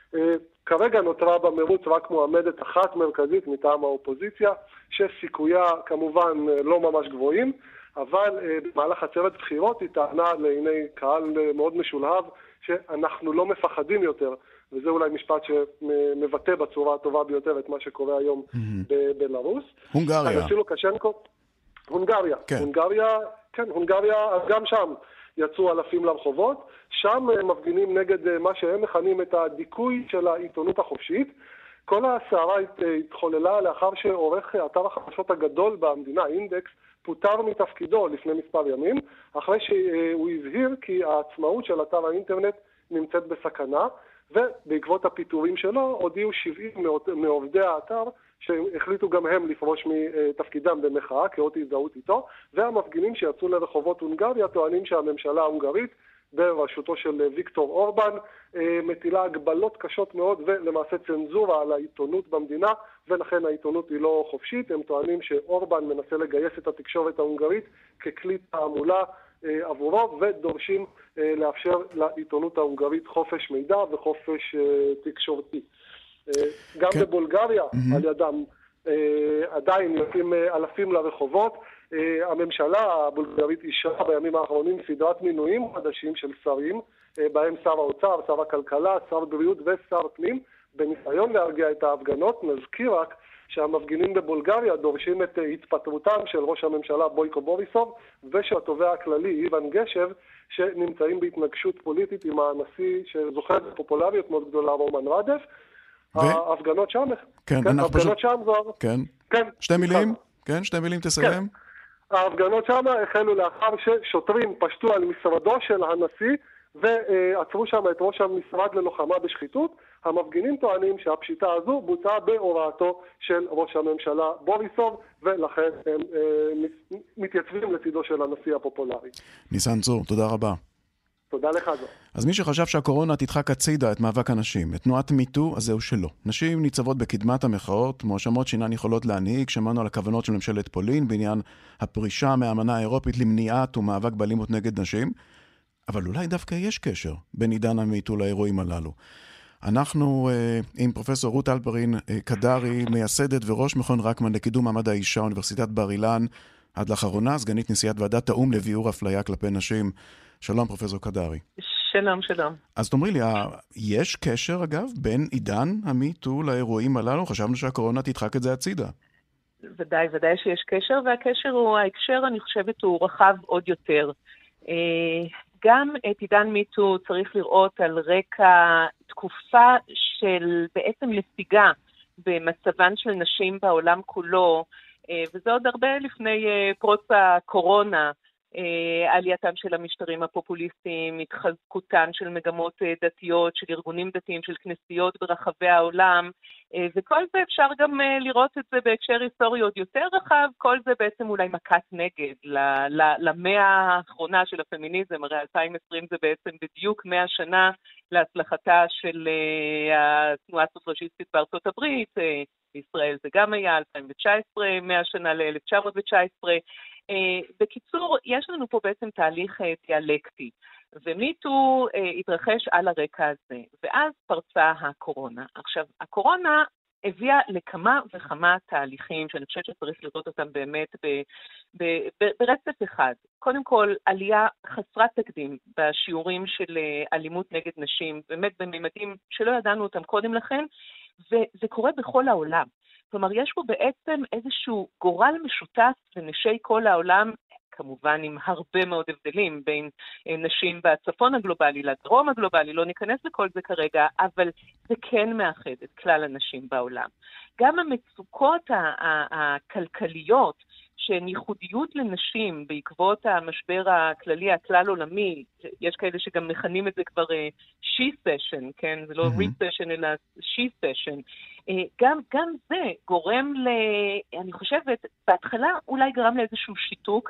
כרגע נותרה במרוץ רק מועמדת אחת מרכזית מטעם האופוזיציה, שסיכויה כמובן לא ממש גבוהים, אבל במהלך עצרת בחירות היא טענה לעיני קהל מאוד משולהב, שאנחנו לא מפחדים יותר, וזה אולי משפט שמבטא בצורה הטובה ביותר את מה שקורה היום בבלרוס. הונגריה. הנשיא לוקשנקו, הונגריה, כן. הונגריה, כן, הונגריה, גם שם יצאו אלפים לרחובות, שם מפגינים נגד מה שהם מכנים את הדיכוי של העיתונות החופשית. כל הסערה התחוללה לאחר שעורך אתר החדשות הגדול במדינה, אינדקס, פוטר מתפקידו לפני מספר ימים, אחרי שהוא הזהיר כי העצמאות של אתר האינטרנט נמצאת בסכנה, ובעקבות הפיטורים שלו הודיעו שבעים מעובדי האתר שהחליטו גם הם לפרוש מתפקידם במחאה, כאות הזדהות איתו, והמפגינים שיצאו לרחובות הונגריה טוענים שהממשלה ההונגרית בראשותו של ויקטור אורבן מטילה הגבלות קשות מאוד ולמעשה צנזורה על העיתונות במדינה, ולכן העיתונות היא לא חופשית. הם טוענים שאורבן מנסה לגייס את התקשורת ההונגרית ככלי תעמולה עבורו, ודורשים לאפשר לעיתונות ההונגרית חופש מידע וחופש תקשורתי. גם כן. בבולגריה mm-hmm. על ידם עדיין יוצאים אלפים לרחובות. הממשלה הבולגרית אישרה בימים האחרונים סדרת מינויים חדשים של שרים, בהם שר האוצר, שר הכלכלה, שר בריאות ושר פנים, בניסיון להרגיע את ההפגנות. נזכיר רק שהמפגינים בבולגריה דורשים את התפטרותם של ראש הממשלה בויקו בוריסוב ושל התובע הכללי איוון גשב, שנמצאים בהתנגשות פוליטית עם הנשיא שזוכה בפופולריות מאוד גדולה רומן רדף. ו... ההפגנות שם, כן, כן, ההפגנות פשוט... שם זוהר. כן. כן. שתי מילים? כן, שתי מילים תסיים. כן. ההפגנות שם החלו לאחר ששוטרים פשטו על משרדו של הנשיא ועצרו שם את ראש המשרד ללוחמה בשחיתות. המפגינים טוענים שהפשיטה הזו בוצעה בהוראתו של ראש הממשלה בוריסוב, ולכן הם אה, מתייצבים לצידו של הנשיא הפופולרי. ניסן צור, תודה רבה. תודה לך זו. אז מי שחשב שהקורונה תדחק הצידה את מאבק הנשים, את תנועת מיטו, אז זהו שלא. נשים ניצבות בקדמת המחאות, מואשמות שאינן יכולות להנהיג. שמענו על הכוונות של ממשלת פולין בעניין הפרישה מהאמנה האירופית למניעת ומאבק באלימות נגד נשים, אבל אולי דווקא יש קשר בין עידן המיטו לאירועים הללו. אנחנו אה, עם פרופסור רות אלפרין אה, קדרי, מייסדת וראש מכון רקמן לקידום מעמד האישה, אוניברסיטת בר אילן, עד לאחרונה סגנית נשיאת ועדת האו"ם לביעור אפליה כלפי נשים. שלום פרופסור קדרי. שלום, שלום. אז תאמרי לי, יש קשר אגב בין עידן המיטו לאירועים הללו? חשבנו שהקורונה תדחק את זה הצידה. ודאי, ודאי שיש קשר, והקשר הוא, ההקשר אני חושבת הוא רחב עוד יותר. גם את עידן מיטו צריך לראות על רקע תקופה של בעצם נסיגה במצבן של נשים בעולם כולו, וזה עוד הרבה לפני פרוץ הקורונה, עלייתם של המשטרים הפופוליסטיים, התחזקותן של מגמות דתיות, של ארגונים דתיים, של כנסיות ברחבי העולם, וכל זה אפשר גם לראות את זה בהקשר היסטורי עוד יותר רחב. כל זה בעצם אולי מכת נגד למאה האחרונה של הפמיניזם. הרי אלפיים ועשרים זה בעצם בדיוק מאה שנה להצלחתה של התנועה הסופרשיסטית בארצות הברית, בישראל זה גם היה אלפיים תשע עשרה, מאה שנה ל-אלף תשע מאות תשע עשרה. בקיצור, יש לנו פה בעצם תהליך דיאלקטי, ומיטו התרחש על הרקע הזה, ואז פרצה הקורונה. עכשיו, הקורונה הביאה לכמה וכמה תהליכים שאני חושבת שצריך לראות אותם באמת ב- ב- ב- ברצף אחד. קודם כל, עלייה חסרת תקדים בשיעורים של אלימות נגד נשים, באמת בממדים שלא ידענו אותם קודם לכן, וזה קורה בכל העולם. כלומר, יש פה בעצם איזשהו גורל משותף לנשי כל העולם, כמובן עם הרבה מאוד הבדלים בין נשים בצפון הגלובלי לדרום הגלובלי, לא ניכנס לכל זה כרגע, אבל זה כן מאחד את כלל הנשים בעולם. גם המצוקות הכלכליות, שהן ייחודיות לנשים בעקבות המשבר הכללי הכלל עולמי, יש כאלה שגם מכנים את זה כבר she session, כן? זה לא re session אלא she session. גם, גם זה גורם ל... אני חושבת, בהתחלה אולי גרם לאיזשהו שיתוק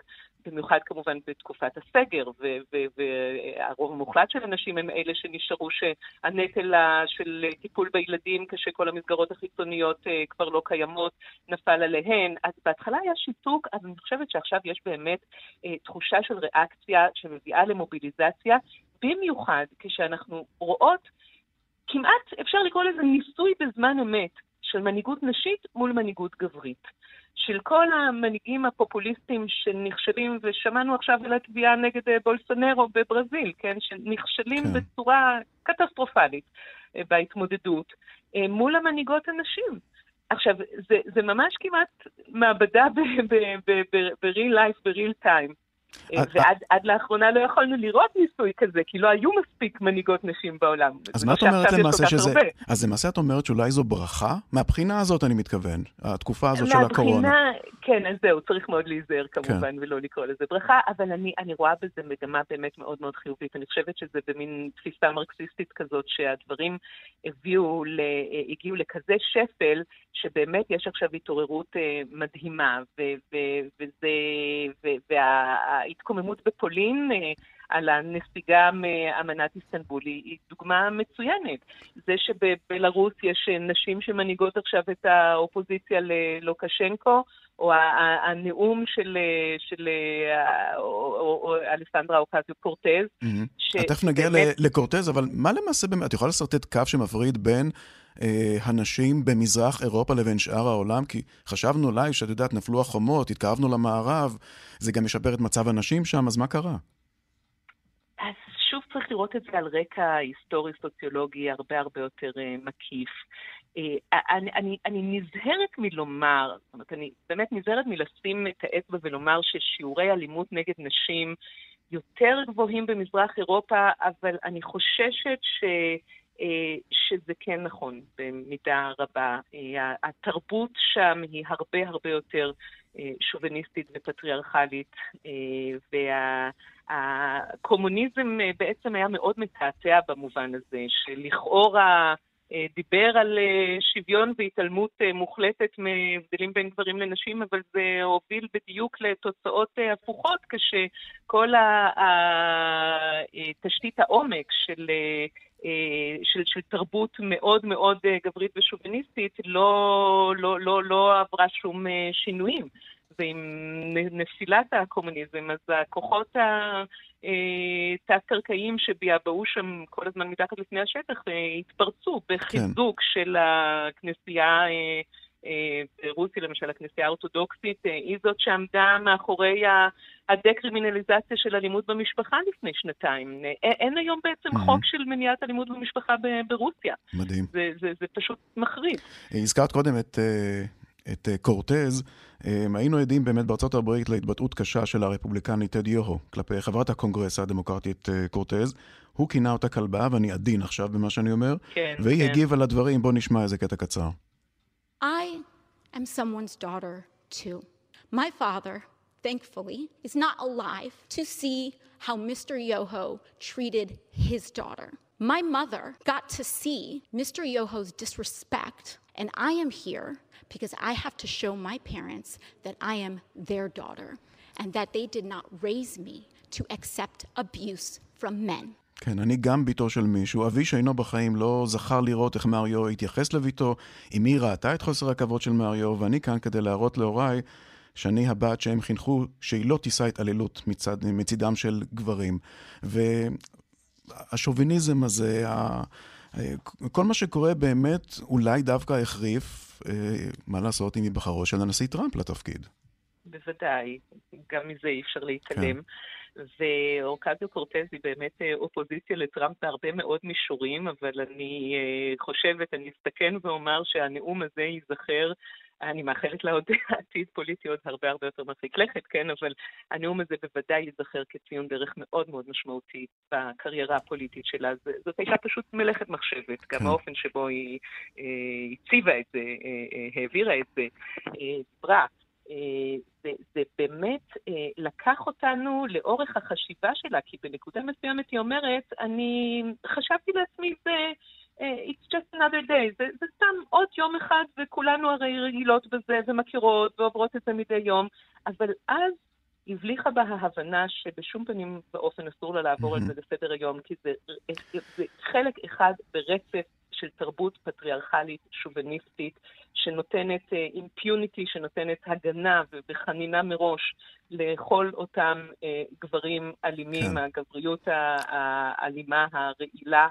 במיוחד כמובן בתקופת הסגר, והרוב המוחלט של אנשים הם אלה שנשארו שהנטל של טיפול בילדים כשכל המסגרות החיצוניות כבר לא קיימות נפל עליהן. אז בהתחלה היה שיתוק, אבל אני חושבת שעכשיו יש באמת תחושה של ריאקציה שמביאה למוביליזציה, במיוחד כשאנחנו רואות, כמעט אפשר לקרוא לזה ניסוי בזמן אמת, של מנהיגות נשית מול מנהיגות גברית. של כל המנהיגים הפופוליסטים שנכשלים, ושמענו עכשיו על התביעה נגד בולסונרו בברזיל, כן? שנכשלים כן. בצורה קטסטרופלית בהתמודדות, מול המנהיגות הנשים. עכשיו, זה, זה ממש כמעט מעבדה ב-real life, ב-real time. ועד עד לאחרונה לא יכולנו לראות ניסוי כזה, כי לא היו מספיק מנהיגות נשים בעולם. אז מה את אומרת למעשה שזה... אז למעשה את אומרת שאולי זו ברכה? מהבחינה הזאת אני מתכוון, התקופה הזאת של הקורונה. כן, אז זהו, צריך מאוד להיזהר כמובן, ולא לקרוא לזה ברכה, אבל אני רואה בזה מגמה באמת מאוד מאוד חיובית. אני חושבת שזה במין תפיסה מרקסיסטית כזאת, שהדברים הביאו, הגיעו לכזה שפל, שבאמת יש עכשיו התעוררות מדהימה, וזה... ההתקוממות בפולין על הנסיגה מאמנת איסטנבול היא דוגמה מצוינת. זה שבבלרוס יש נשים שמנהיגות עכשיו את האופוזיציה ללוקשנקו, או הנאום של, של אלסנדרה אוקזיו קורטז. תכף נגיע לקורטז, אבל מה למעשה באמת? את יכולה לסרטט קו שמפריד בין הנשים במזרח אירופה לבין שאר העולם? כי חשבנו אולי שאת יודעת, נפלו החומות, התקרבנו למערב, זה גם ישפר את מצב הנשים שם, אז מה קרה? אז שוב צריך לראות את זה על רקע היסטורי, סוציולוגי, הרבה הרבה יותר מקיף. אני, אני, אני נזהרת מלומר, זאת אומרת, אני באמת נזהרת מלשים את האצבע ולומר ששיעורי אלימות נגד נשים יותר גבוהים במזרח אירופה, אבל אני חוששת ש... שזה כן נכון במידה רבה. התרבות שם היא הרבה הרבה יותר שוביניסטית ופטריארכלית, והקומוניזם בעצם היה מאוד מתעתע במובן הזה, שלכאורה דיבר על שוויון והתעלמות מוחלטת מהבדלים בין גברים לנשים, אבל זה הוביל בדיוק לתוצאות הפוכות, כשכל התשתית העומק של של, של תרבות מאוד מאוד גברית ושוביניסטית לא, לא, לא, לא עברה שום שינויים. ועם נפילת הקומוניזם, אז הכוחות התת-קרקעיים שביעבעו שם כל הזמן מתחת לפני השטח התפרצו בחיזוק כן. של הכנסייה ברוסיה, למשל הכנסייה האורתודוקסית, היא זאת שעמדה מאחורי הדקרימינליזציה של אלימות במשפחה לפני שנתיים. אין היום בעצם mm-hmm. חוק של מניעת אלימות במשפחה ברוסיה. מדהים. זה, זה, זה פשוט מחריד. הזכרת קודם את, את קורטז. היינו עדים באמת בארצות הברית להתבטאות קשה של הרפובליקני טד יוהו כלפי חברת הקונגרס הדמוקרטית קורטז. הוא כינה אותה כלבה, ואני עדין עכשיו במה שאני אומר, כן, והיא כן. הגיבה לדברים. בוא נשמע איזה קטע קצר. I am someone's daughter too. My father, thankfully, is not alive to see how Mister Yoho treated his daughter. My mother got to see Mister Yoho's disrespect, and I am here because I have to show my parents that I am their daughter and that they did not raise me to accept abuse from men. כן, אני גם ביתו של מישהו. אבי שאינו בחיים לא זכר לראות איך מריו התייחס לביתו. אמי ראתה את חוסר הכבוד של מריו, ואני כאן כדי להראות להוריי שאני הבת שהם חינכו שהיא לא תישא התעללות מצד, מצידם של גברים. והשוביניזם הזה, כל מה שקורה באמת אולי דווקא החריף, מה לעשות אם יבחרו של הנשיא טראמפ לתפקיד. בוודאי, גם מזה אי אפשר להתעלם. כן. ואוקזיו קורטז היא באמת אופוזיציה לטראמפ בהרבה מאוד מישורים, אבל אני חושבת, אני אסתכן ואומר שהנאום הזה ייזכר, אני מאחלת לה עוד עתיד פוליטי עוד הרבה הרבה יותר מרחיק לכת, כן, אבל הנאום הזה בוודאי ייזכר כציון דרך מאוד מאוד משמעותי בקריירה הפוליטית שלה. זאת הייתה פשוט מלאכת מחשבת, גם האופן שבו היא הציבה את זה, העבירה את זה, ברק. זה, זה באמת לקח אותנו לאורך החשיבה שלה, כי בנקודה מסוימת היא אומרת, אני חשבתי לעצמי, זה, it's just another day, זה, זה סתם עוד יום אחד, וכולנו הרי רגילות בזה, ומכירות, ועוברות את זה מדי יום, אבל אז הבליחה בה ההבנה שבשום פנים באופן אסור לה לעבור על זה לסדר היום, כי זה, זה חלק אחד ברצף של תרבות פטריארכלית שוביניסטית, שנותנת אימפיוניטי, שנותנת הגנה וחנינה מראש לכל אותם גברים אלימים, כן. הגבריות האלימה, הרעילה,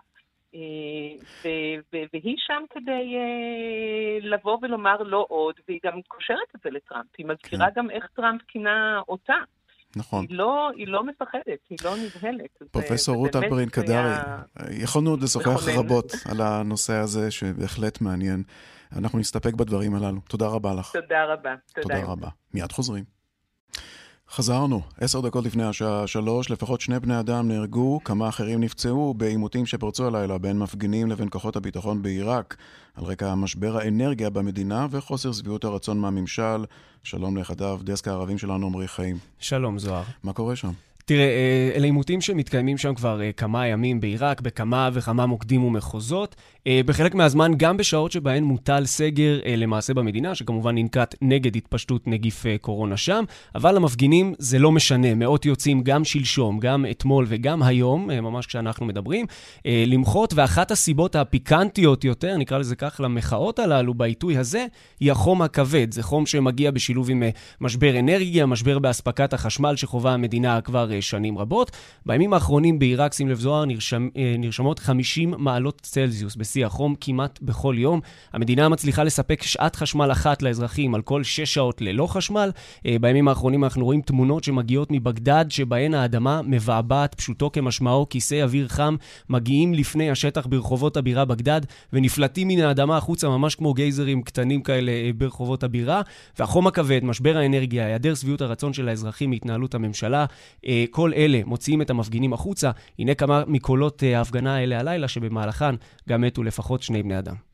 והיא שם כדי לבוא ולומר לא עוד, והיא גם קושרת את זה לטראמפ. היא מזכירה גם איך טראמפ כינה אותה. נכון. היא לא, היא לא מפחדת, היא לא נבהלת. פרופסור רות אלפרין קדרי, יכולנו עוד לשוחח רבות על הנושא הזה שבהחלט מעניין. אנחנו נסתפק בדברים הללו. תודה רבה לך. תודה רבה. תודה רבה. מיד חוזרים. חזרנו, עשר דקות לפני השעה שלוש, לפחות שני בני אדם נהרגו, כמה אחרים נפצעו בעימותים שפרצו הלילה בין מפגינים לבין כוחות הביטחון בעיראק, על רקע משבר האנרגיה במדינה וחוסר שביעות הרצון מהממשל. שלום לכתב דסק הערבים שלנו, עמרי חיים. שלום זוהר. מה קורה שם? תראה, אלה עימותים שמתקיימים שם כבר כמה ימים בעיראק, בכמה וכמה מוקדים ומחוזות. בחלק מהזמן, גם בשעות שבהן מוטל סגר למעשה במדינה, שכמובן ננקט נגד התפשטות נגיף קורונה שם, אבל למפגינים זה לא משנה. מאות יוצאים גם שלשום, גם אתמול וגם היום, ממש כשאנחנו מדברים, למחות, ואחת הסיבות הפיקנטיות יותר, נקרא לזה כך, למחאות הללו בעיתוי הזה, היא החום הכבד. זה חום שמגיע בשילוב עם משבר אנרגיה, משבר באספקת החשמל שחובה המדינה כבר שנים רבות. בימים האחרונים בעיראק, שים לב זוהר, נרשמ, נרשמות חמישים מעלות צלזיוס בשיא החום כמעט בכל יום. המדינה מצליחה לספק שעת חשמל אחת לאזרחים על כל שש שעות ללא חשמל. בימים האחרונים אנחנו רואים תמונות שמגיעות מבגדד, שבהן האדמה מבעבעת פשוטו כמשמעו, כיסי אוויר חם מגיעים לפני השטח ברחובות הבירה בגדד, ונפלטים מן האדמה החוצה ממש כמו גייזרים קטנים כאלה ברחובות הבירה. והחום הכבד, משבר האנרגיה, היעדר שביעות הרצון של האזרחים מהתנהלות הממשלה, כל אלה מוציאים את המפגינים החוצה. הנה כמה מקולות ההפגנה האלה הלילה, שבמהלכן גם מתו לפחות שני בני אדם.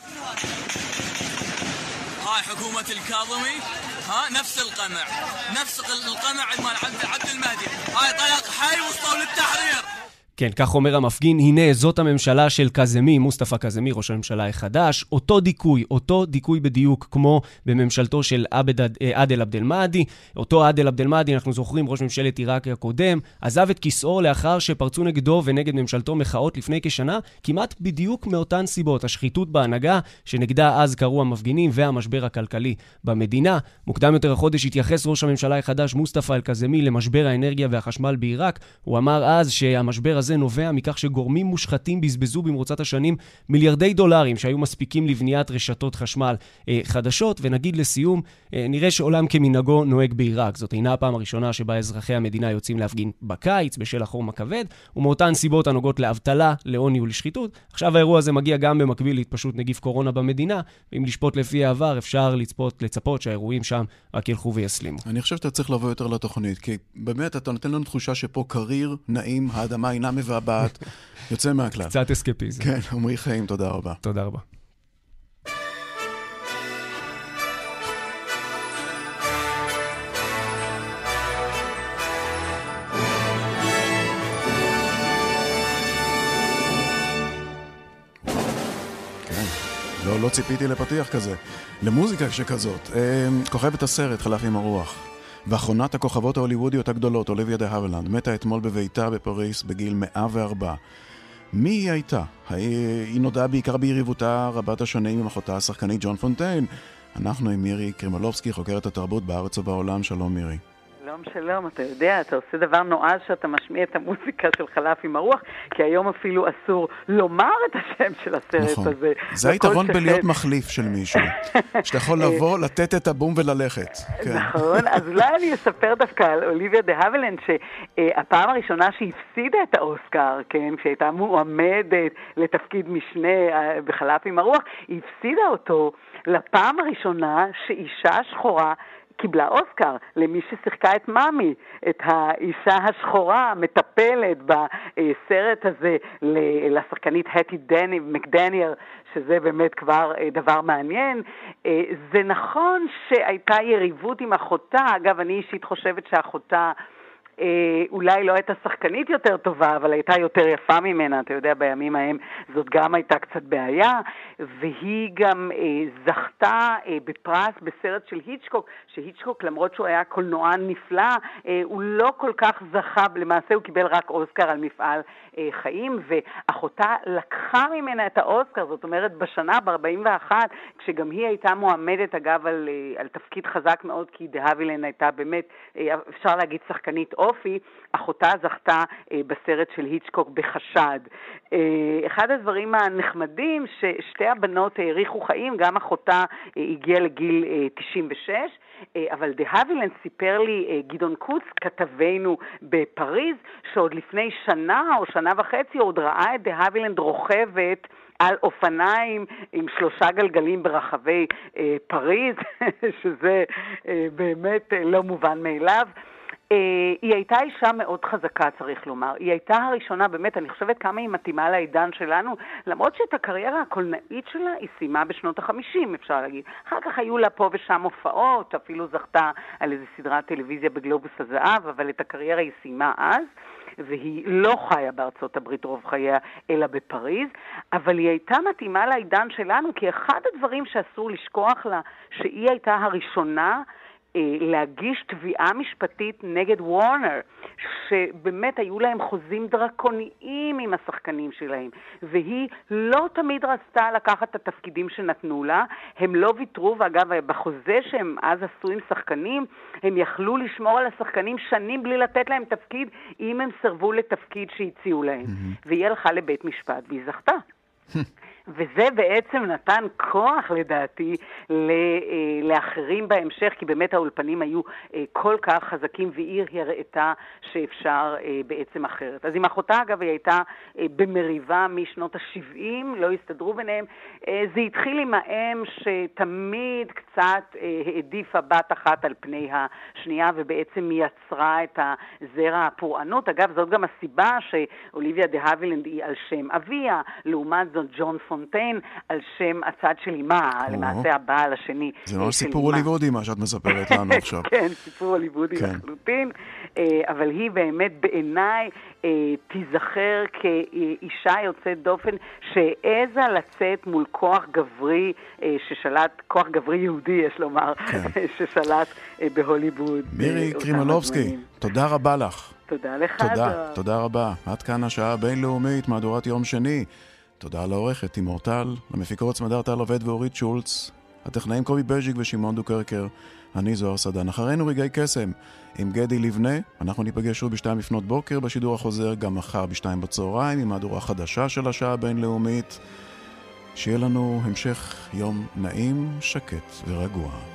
هاي حكومة الكاظمي ها نفس القمع نفس القمع مال عبد المهدي هاي طلق حي وصلوا للتحرير. כן, כך אומר המפגין, הנה זאת הממשלה של קזמי, מוסטפא קזמי, ראש הממשלה החדש, אותו דיכוי, אותו דיכוי בדיוק כמו בממשלתו של עאדל עבד אל-מהדי. אותו עאדל עבד אל-מהדי, אנחנו זוכרים, ראש ממשלת עיראק הקודם, עזב את כיסאו לאחר שפרצו נגדו ונגד ממשלתו מחאות לפני כשנה, כמעט בדיוק מאותן סיבות, השחיתות בהנהגה שנגדה אז קראו המפגינים והמשבר הכלכלי במדינה. מוקדם יותר החודש התייחס ראש הממשלה החדש מוסטפא אל-קזמי למשבר האנרגיה והחשמל בעיראק. הוא אמר אז שהמשבר הזה נובע מכך שגורמים מושחתים בזבזו במרוצת השנים מיליארדי דולרים שהיו מספיקים לבניית רשתות חשמל אה, חדשות. ונגיד לסיום, אה, נראה שעולם כמנהגו נוהג בעיראק. זאת אינה הפעם הראשונה שבה אזרחי המדינה יוצאים להפגין בקיץ בשל החום הכבד, ומאותן סיבות הנוגעות לאבטלה, לעוני ולשחיתות. עכשיו האירוע הזה מגיע גם במקביל להתפשטות נגיף קורונה במדינה, ואם לשפוט לפי העבר אפשר לצפות, לצפות שהאירועים שם רק ילכו ויסלימו. אני חושב שאתה צריך לבוא יותר לתוכנית, כי באמת אתה נותן לנו תחושה שפה קריר, נעים, האדמה אינה מבעבעת, יוצא מהכלל. קצת אסקפיזם. כן, עמרי חיים, תודה רבה. תודה רבה. לא, לא ציפיתי לפתיח כזה. למוזיקה שכזאת. כוכבת הסרט חלף עם הרוח. ואחרונת הכוכבות ההוליוודיות הגדולות, אוליביה דה האוולנד, מתה אתמול בביתה בפריס בגיל מאה וארבע. מי היא הייתה? היא נודעה בעיקר ביריבותה רבת השנים עם אחותה השחקנית ג'ון פונטיין. אנחנו עם מירי קרימלובסקי, חוקרת התרבות בארץ ובעולם. שלום מירי. שלום, שלום. אתה יודע, אתה עושה דבר נועז שאתה משמיע את המוזיקה של חלף עם הרוח, כי היום אפילו אסור לומר את השם של הסרט נכון. הזה. זה היתרון בלהיות מחליף של מישהו. שאתה יכול לבוא, לתת את הבום וללכת. כן. נכון, אז אולי אני אספר דווקא על אוליביה דה האוולנד, שהפעם הראשונה שהפסידה את האוסקר, כן, כשהייתה מועמדת לתפקיד משנה בחלף עם הרוח, היא הפסידה אותו לפעם הראשונה שאישה שחורה קיבלה אוסקר, למי ששיחקה את מאמי, את האישה השחורה המטפלת בסרט הזה, לשחקנית הטי מקדניאל, שזה באמת כבר דבר מעניין. זה נכון שהייתה יריבות עם אחותה, אגב אני אישית חושבת שאחותה אולי לא הייתה שחקנית יותר טובה, אבל הייתה יותר יפה ממנה, אתה יודע, בימים ההם זאת גם הייתה קצת בעיה, והיא גם זכתה בפרס בסרט של היצ'קוק, שהיצ'קוק למרות שהוא היה קולנוען נפלא, הוא לא כל כך זכה, למעשה הוא קיבל רק אוסקר על מפעל חיים, ואחותה לקחה ממנה את האוסקר, זאת אומרת בשנה ב-ארבעים ואחת, כשגם היא הייתה מועמדת אגב על, על תפקיד חזק מאוד, כי דה האבילנד הייתה באמת, אפשר להגיד שחקנית אופי, אחותה זכתה בסרט של היצ'קוק בחשד. אחד הדברים הנחמדים ששתי הבנות האריכו חיים, גם אחותה הגיעה לגיל תשעים ושש, אבל דה האבילנד סיפר לי גדעון קוץ, כתבנו בפריז, שעוד לפני שנה או שנה וחצי עוד ראה את דה האבילנד רוכבת על אופניים עם שלושה גלגלים ברחבי אה, פריז, שזה אה, באמת אה, לא מובן מאליו. אה, היא הייתה אישה מאוד חזקה, צריך לומר. היא הייתה הראשונה, באמת, אני חושבת כמה היא מתאימה לעידן שלנו, למרות שאת הקריירה הקולנועית שלה היא סיימה בשנות החמישים, אפשר להגיד. אחר כך היו לה פה ושם הופעות, אפילו זכתה על איזו סדרת טלוויזיה בגלובוס הזהב, אבל את הקריירה היא סיימה אז. והיא לא חיה בארצות הברית רוב חייה, אלא בפריז, אבל היא הייתה מתאימה לעידן שלנו, כי אחד הדברים שאסור לשכוח לה, שהיא הייתה הראשונה להגיש תביעה משפטית נגד וורנר, שבאמת היו להם חוזים דרקוניים עם השחקנים שלהם, והיא לא תמיד רצתה לקחת את התפקידים שנתנו לה, הם לא ויתרו, ואגב בחוזה שהם אז עשו עם שחקנים, הם יכלו לשמור על השחקנים שנים בלי לתת להם תפקיד, אם הם סרבו לתפקיד שהציעו להם. Mm-hmm. והיא הלכה לבית משפט והיא זכתה. וזה בעצם נתן כוח לדעתי לאחרים בהמשך, כי באמת האולפנים היו כל כך חזקים, והיא הראתה שאפשר בעצם אחרת. אז עם אחותה אגב היא הייתה במריבה משנות ה-שבעים, לא הסתדרו ביניהם. זה התחיל עם האם שתמיד קצת העדיפה בת אחת על פני השנייה, ובעצם יצרה את הזרע הפורענות. אגב זאת גם הסיבה שאוליביה דה האבילנד היא על שם אביה, לעומת זאת ג'ון פונטיין על שם הצד של אימה, למעשה הבעל השני. זה ממש סיפור הוליוודי מה שאת מספרת לנו עכשיו. כן, סיפור הוליוודי לחלוטין, אבל היא באמת בעיניי תיזכר כאישה יוצאת דופן שהעזה לצאת מול כוח גברי ששלט, כוח גברי יהודי יש לומר, ששלט בהוליווד. מירי קרימלובסקי, תודה רבה לך. תודה לך. תודה, תודה רבה. עד כאן השעה הבינלאומית, מהדורת יום שני. תודה לעורכת תימור טל, למפיקות סמדר טל עובד ואורית שולץ, הטכנאים קובי בז'יק ושמעון דוקרקר, אני זוהר סדן. אחרינו רגעי קסם עם גדי לבנה, אנחנו ניפגש שוב בשתיים לפנות בוקר בשידור החוזר, גם מחר בשתיים בצהריים עם מהדורה חדשה של השעה הבינלאומית. שיהיה לנו המשך יום נעים, שקט ורגוע.